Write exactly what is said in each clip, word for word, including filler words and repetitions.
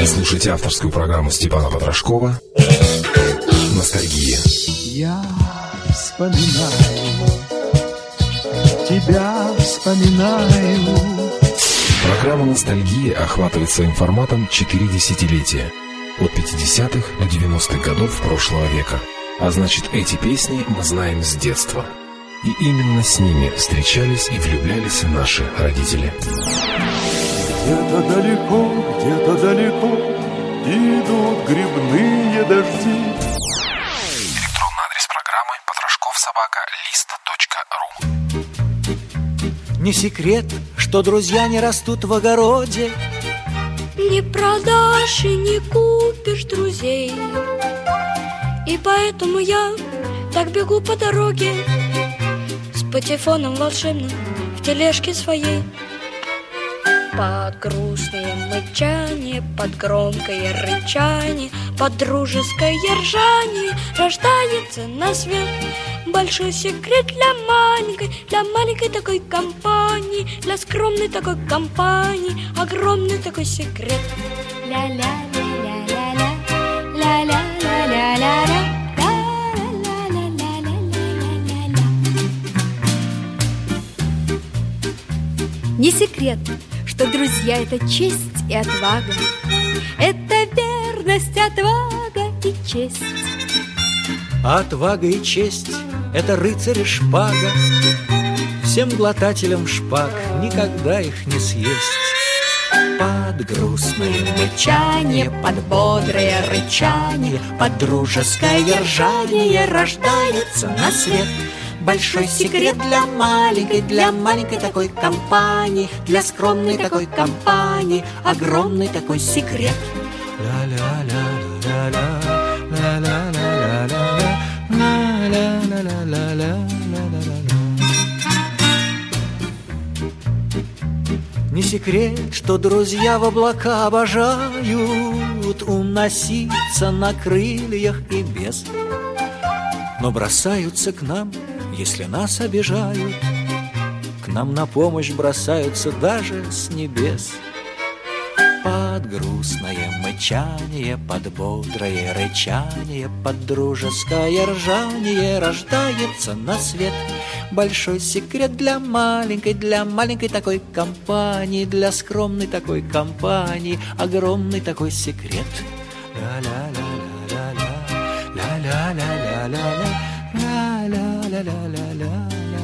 Вы слушаете авторскую программу Степана Потрошкова «Ностальгия». Я вспоминаю, тебя вспоминаю. Программа «Ностальгия» охватывает своим форматом четыре десятилетия. От пятидесятых до девяностых годов прошлого века. А значит, эти песни мы знаем с детства. И именно с ними встречались и влюблялись наши родители. Где-то далеко, где-то далеко идут грибные дожди. Электронный адрес программы потрошков собака лист точка ру. Не секрет, что друзья не растут в огороде. Не продашь и не купишь друзей. И поэтому я так бегу по дороге с патефоном волшебным в тележке своей. Под грустное мычание, под громкое рычание, под дружеское ржание рождается на свет большой секрет для маленькой, для маленькой такой компании, для скромной такой компании, огромный такой секрет. Ля-ля-ля-ля-ля-ля, ля-ля-ля-ля-ля-ля. Не секрет, что друзья — это честь и отвага, это верность, отвага и честь. Отвага и честь — это рыцарь и шпага. Всем глотателям шпаг никогда их не съесть. Под грустное мычание, под бодрое рычание, под дружеское ржание рождается на свет большой секрет для маленькой, для маленькой такой компании, для скромной такой компании, огромный такой секрет. Не секрет, что друзья в облака обожают уноситься на крыльях и без, но бросаются к нам, если нас обижают. К нам на помощь бросаются даже с небес. Под грустное мычание, под бодрое рычание, под дружеское ржание рождается на свет большой секрет для маленькой, для маленькой такой компании, для скромной такой компании, огромный такой секрет. Ля-ля-ля-ля-ля-ля, ля-ля-ля-ля-ля-ля, ля-ля-ля-ля-ля-ля.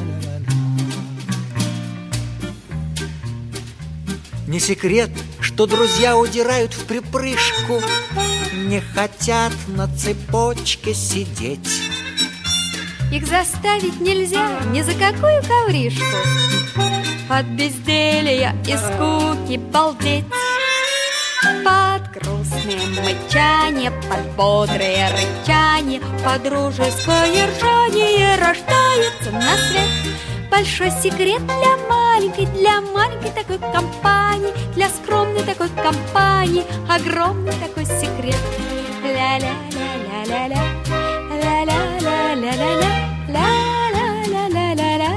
Не секрет, что друзья удирают в припрыжку, не хотят на цепочке сидеть. Их заставить нельзя ни за какую ковришку, от безделья и скуки балдеть. Под грустное мычание, под бодрое рычание, под дружеское ржание рождается на свет большой секрет для маленькой, для маленькой такой компании, для скромной такой компании, огромный такой секрет. Ля-ля-ля-ля-ля-ля, ля-ля-ля-ля-ля-ля, ля-ля-ля-ля-ля-ля-ля-ля.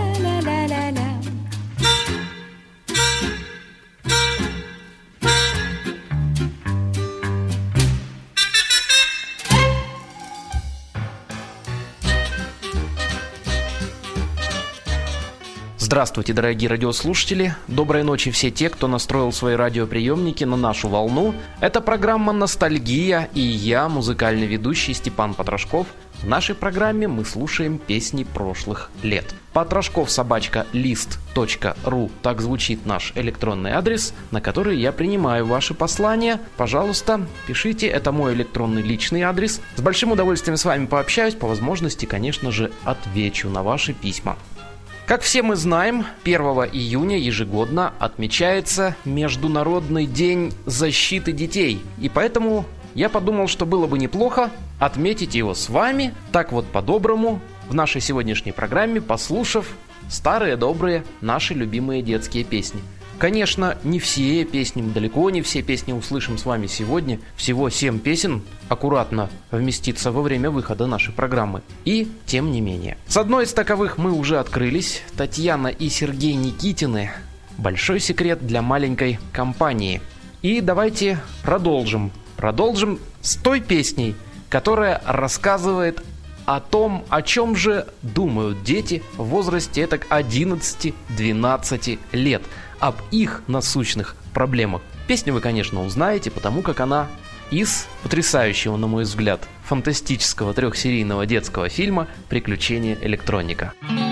Здравствуйте, дорогие радиослушатели! Доброй ночи все те, кто настроил свои радиоприемники на нашу волну. Это программа «Ностальгия» и я, музыкальный ведущий Степан Потрошков. В нашей программе мы слушаем песни прошлых лет. потрошков собака лист точка ру, так звучит наш электронный адрес, на который я принимаю ваши послания. Пожалуйста, пишите, это мой электронный личный адрес. С большим удовольствием с вами пообщаюсь, по возможности, конечно же, отвечу на ваши письма. Как все мы знаем, первого июня ежегодно отмечается Международный день защиты детей. И поэтому я подумал, что было бы неплохо отметить его с вами, так вот по-доброму, в нашей сегодняшней программе, послушав старые добрые наши любимые детские песни. Конечно, не все песни, далеко не все песни услышим с вами сегодня. Всего семь песен аккуратно вместится во время выхода нашей программы. И тем не менее. С одной из таковых мы уже открылись. Татьяна и Сергей Никитины. Большой секрет для маленькой компании. И давайте продолжим. Продолжим с той песней, которая рассказывает о том, о чем же думают дети в возрасте так одиннадцати-двенадцати лет, об их насущных проблемах. Песню вы, конечно, узнаете, потому как она из потрясающего, на мой взгляд, фантастического трехсерийного детского фильма «Приключения электроника».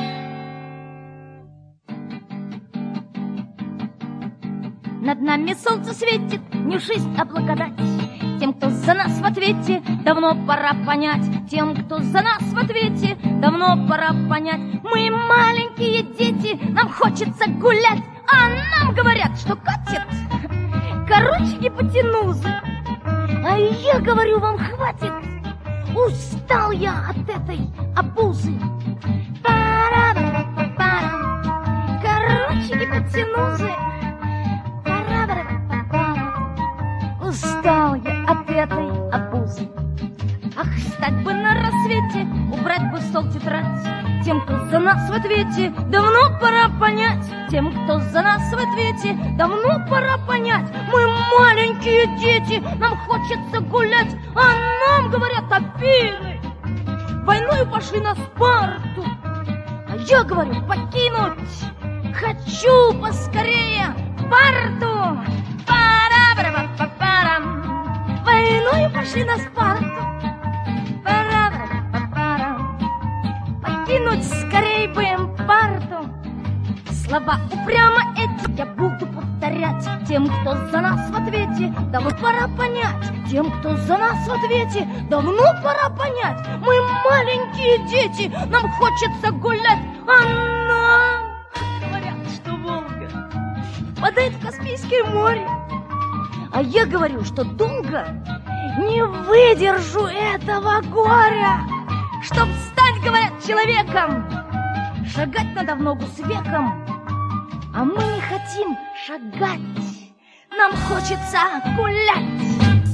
Над нами солнце светит, не жизнь, а благодать. Тем, кто за нас в ответе, давно пора понять. Тем, кто за нас в ответе, давно пора понять. Мы маленькие дети, нам хочется гулять, а нам говорят, что катит короче гипотенузы. А я говорю, вам хватит, устал я от этой обузы. Пара-пара-пара. Короче гипотенузы. Устал я от этой обузы. Ах, встать бы на рассвете, убрать бы стол, тетрадь. Тем, кто за нас в ответе, давно пора понять. Тем, кто за нас в ответе, давно пора понять. Мы маленькие дети, нам хочется гулять, а нам говорят опилы. Войною пошли на Спарту, а я говорю покинуть хочу поскорее Спарту. Пара-пара-пара-пара. Войною пошли на Спарту. Пара-пара-пара. Покинуть скорей бы им Спарту. Слова упрямо эти я буду повторять. Тем, кто за нас в ответе, давно пора понять. Тем, кто за нас в ответе, давно пора понять. Мы маленькие дети, нам хочется гулять, а нам говорят, что Волга впадает в Каспийское море. А я говорю, что долго не выдержу этого горя. Чтоб стать, говорят, человеком, шагать надо в ногу с веком. А мы не хотим шагать, нам хочется гулять.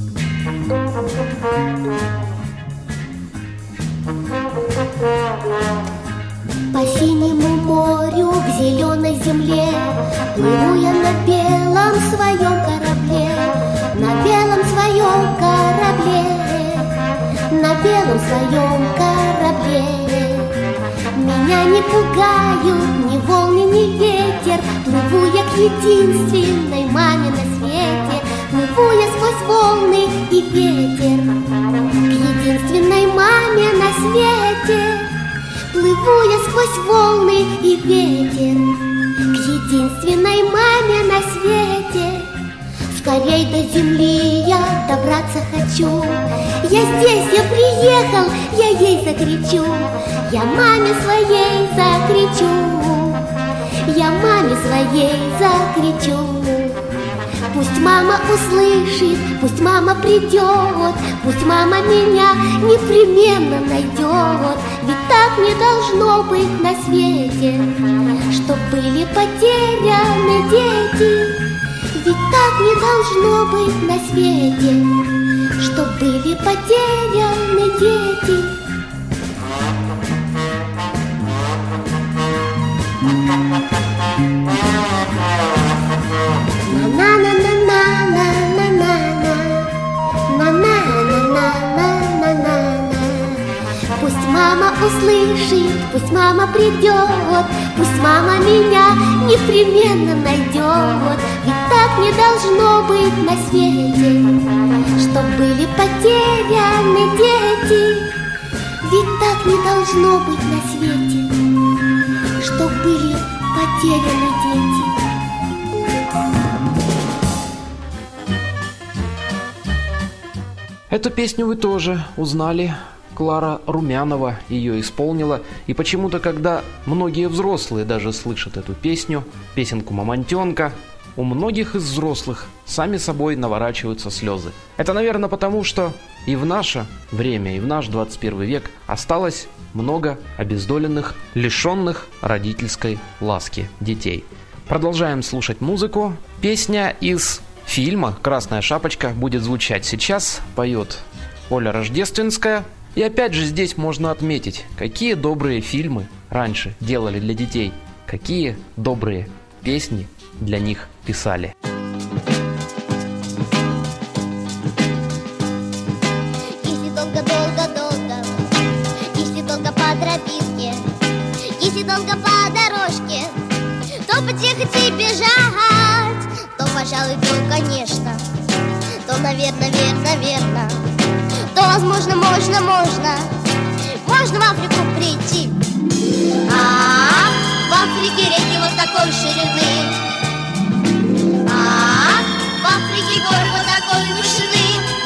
По синему морю к зеленой земле плыву я на белом своем корабле, на белом своем корабле, на белом своем корабле. Меня не пугают ни волны, ни ветер, плыву я к единственной маме на свете, плыву я сквозь волны и ветер, к единственной маме на свете. Плыву я сквозь волны и ветер к единственной маме на свете. Скорей до земли я добраться хочу. Я здесь, я приехал, я ей закричу. Я маме своей закричу. Я маме своей закричу. Пусть мама услышит, пусть мама придет, пусть мама меня непременно найдет. Ведь так не должно быть на свете, чтоб были потеряны дети. Ведь так не должно быть на свете, чтоб были потеряны дети. Пусть мама услышит, пусть мама придет, пусть мама меня непременно найдет. Ведь так не должно быть на свете, чтоб были потеряны дети. Ведь так не должно быть на свете, чтоб были потеряны дети. Эту песню вы тоже узнали. Клара Румянова ее исполнила. И почему-то, когда многие взрослые даже слышат эту песню, песенку «Мамонтенка», у многих из взрослых сами собой наворачиваются слезы. Это, наверное, потому что и в наше время, и в наш двадцать первый век осталось много обездоленных, лишенных родительской ласки детей. Продолжаем слушать музыку. Песня из фильма «Красная шапочка» будет звучать сейчас. Поет Оля Рождественская. И опять же здесь можно отметить, какие добрые фильмы раньше делали для детей, какие добрые песни для них писали. долго-долго-долго, если долго по тропинке, если долго по дорожке, то потихо и бежать, то, пожалуй, то, конечно, то, наверное, верно, верно, то, возможно, можно, можно, можно в Африку прийти. А, в Африке реки вот такой ширины, а, в Африке горы вот такой вышины,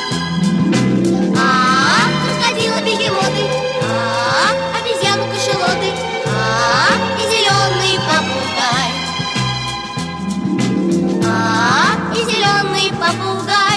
а, крокодилы, бегемоты, а, обезьяны, кашалоты, а, и зеленый попугай, а, и зеленый попугай.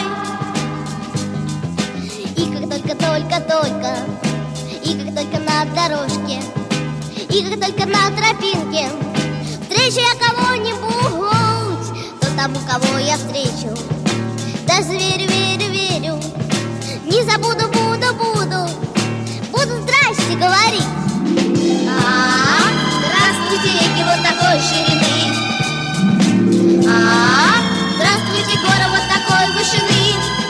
И как только-только-только, и как только на дорожке, и как только на тропинке встречу я кого-нибудь, то тому, кого я встречу, даже верю, верю, верю, не забуду, буду, буду, буду здрасте говорить. А, здравствуйте, реки вот такой ширины, а, здравствуйте, горы вот такой вышины,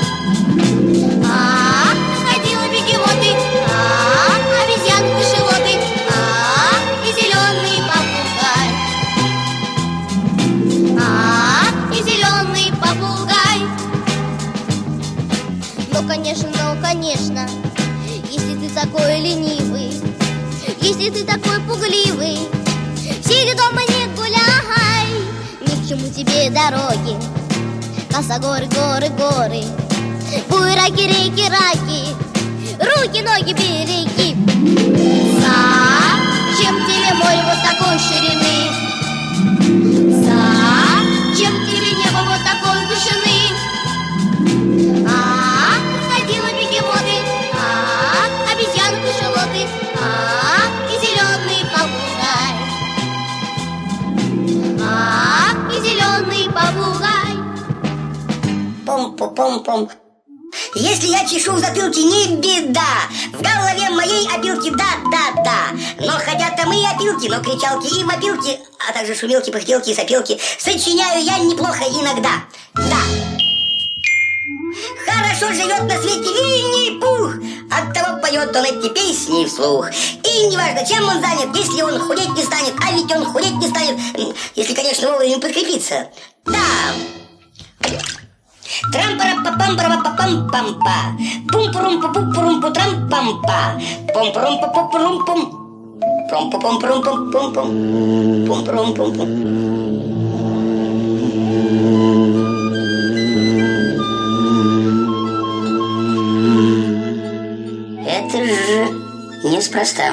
а, крокодилы, бегемоты, а, обезьяны, кашалоты, а, и зеленый попугай, а, и зеленый попугай. Ну, конечно, ну, конечно, если ты такой ленивый, если ты такой пугливый, сиди дома, не гуляй, ни к чему тебе дороги, косогоры, горы, горы, буераки, реки, раки, руки, ноги, береги. Зачем тебе море вот такой ширины? Зачем тебе небо вот такой вышины? А, крокодилы, бегемоты, а, обезьяны, кашалоты, а, и зеленый попугай, а, и зеленый попугай. Пом-пом-пом-пом. Если я чешу в затылке, не беда, в голове моей опилки, да-да-да. Но хотя там и опилки, но кричалки и мопилки, а также шумелки, пыхтелки и сопелки сочиняю я неплохо иногда. Да. Хорошо живет на свете Винни-Пух, оттого поет он эти песни вслух. И неважно, чем он занят, если он худеть не станет, а ведь он худеть не станет, если, конечно, вовремя подкрепиться. Да. Трам-пара-па-пам-пара-па-пам-пам-па, пум-пурум-пу-пу-пурум-пу-трам-пам-па, пум-пурум-пу-пу-пурум-пум, пум-пу-пум-пурум-пум-пум, пум-пурум-пум-пум. Это же неспроста.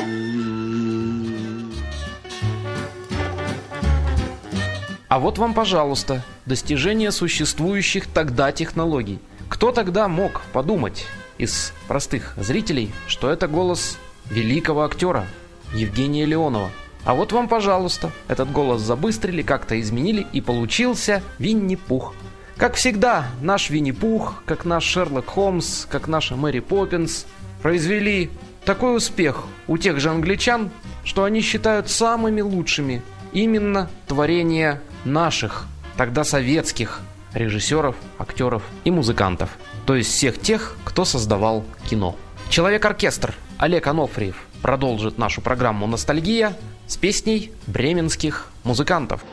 А вот вам, пожалуйста, достижение существующих тогда технологий. Кто тогда мог подумать из простых зрителей, что это голос великого актера Евгения Леонова? А вот вам, пожалуйста, этот голос забыстрили, как-то изменили, и получился Винни-Пух. Как всегда, наш Винни-Пух, как наш Шерлок Холмс, как наша Мэри Поппинс произвели такой успех у тех же англичан, что они считают самыми лучшими именно творения наших, тогда советских режиссеров, актеров и музыкантов. То есть всех тех, кто создавал кино. Человек-оркестр Олег Анофриев продолжит нашу программу «Ностальгия» с песней бременских музыкантов.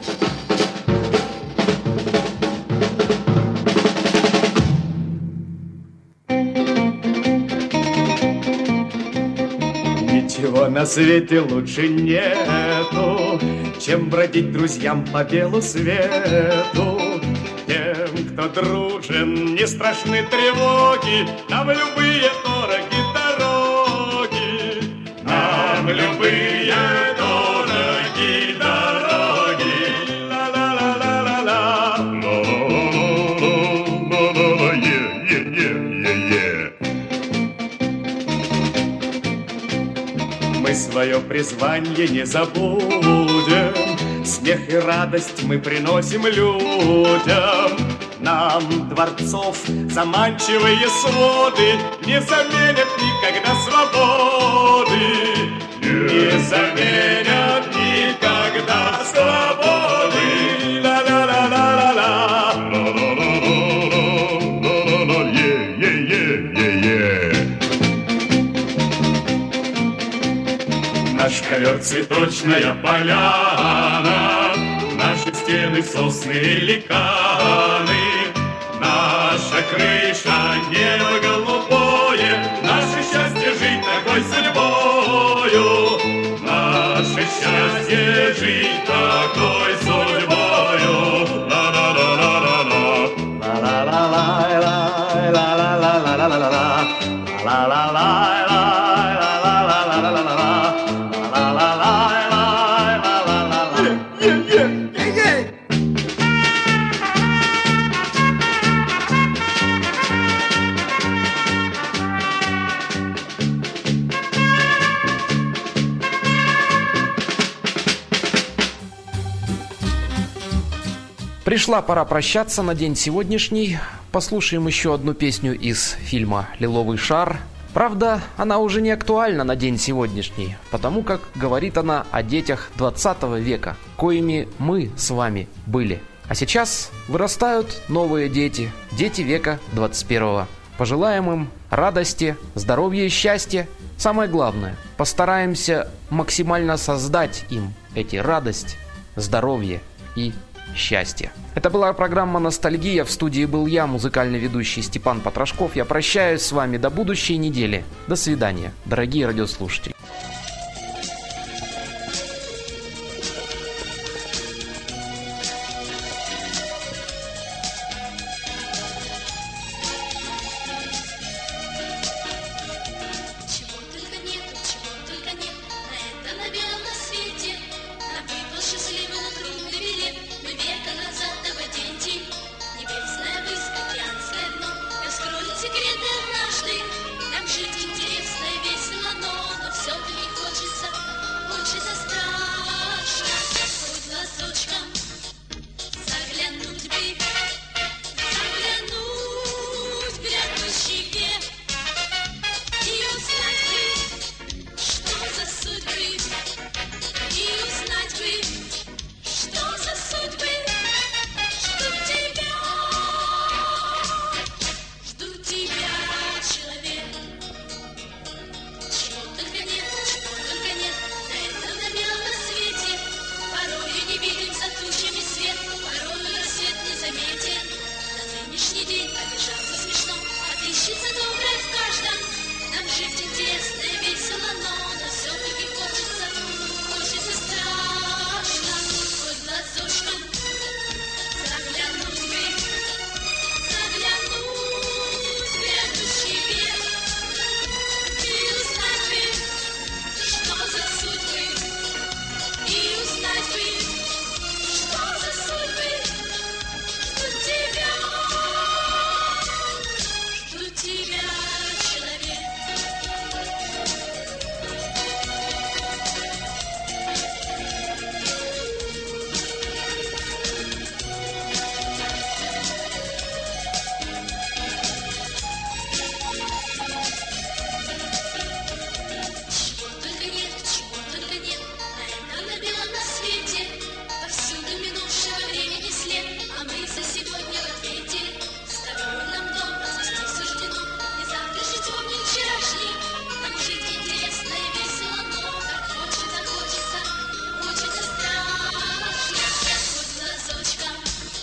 Ничего на свете лучше нету, чем бродить друзьям по белу свету. Тем, кто дружен, не страшны тревоги, нам любые дороги дороги, нам любые дороги дороги. Ла-ла-ла-ла-ла-ла, ла-ла-ла-ла-ла, е-е-е-е-е. Мы свое призвание не забудем, смех и радость мы приносим людям. Нам дворцов заманчивые своды не заменят никогда свободы, не заменят никогда свободы. Ла-ла-ла-ла-ла-ла, ла-ла-ла-ла-ла-ла, е-е-е-е-е. цветочная поляна, наши стены сосны великаны, наша крыша небо голубое, наше счастье жить такой судьбою, наше счастье жить такой судьбою. Пришла пора прощаться на день сегодняшний. Послушаем еще одну песню из фильма «Лиловый шар». Правда, она уже не актуальна на день сегодняшний, потому как говорит она о детях двадцатого века, коими мы с вами были. А сейчас вырастают новые дети, дети века двадцать первого. Пожелаем им радости, здоровья и счастья. Самое главное, постараемся максимально создать им эти радость, здоровье и счастье. Это была программа «Ностальгия». В студии был я, музыкальный ведущий Степан Потрошков. Я прощаюсь с вами до будущей недели. До свидания, дорогие радиослушатели.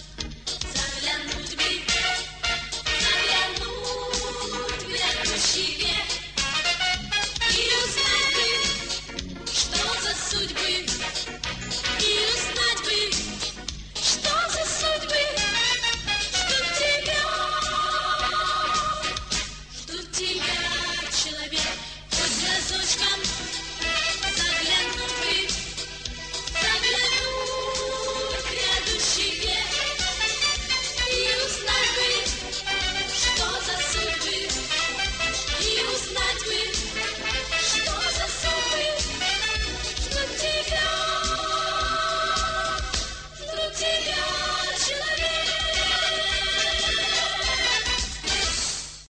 She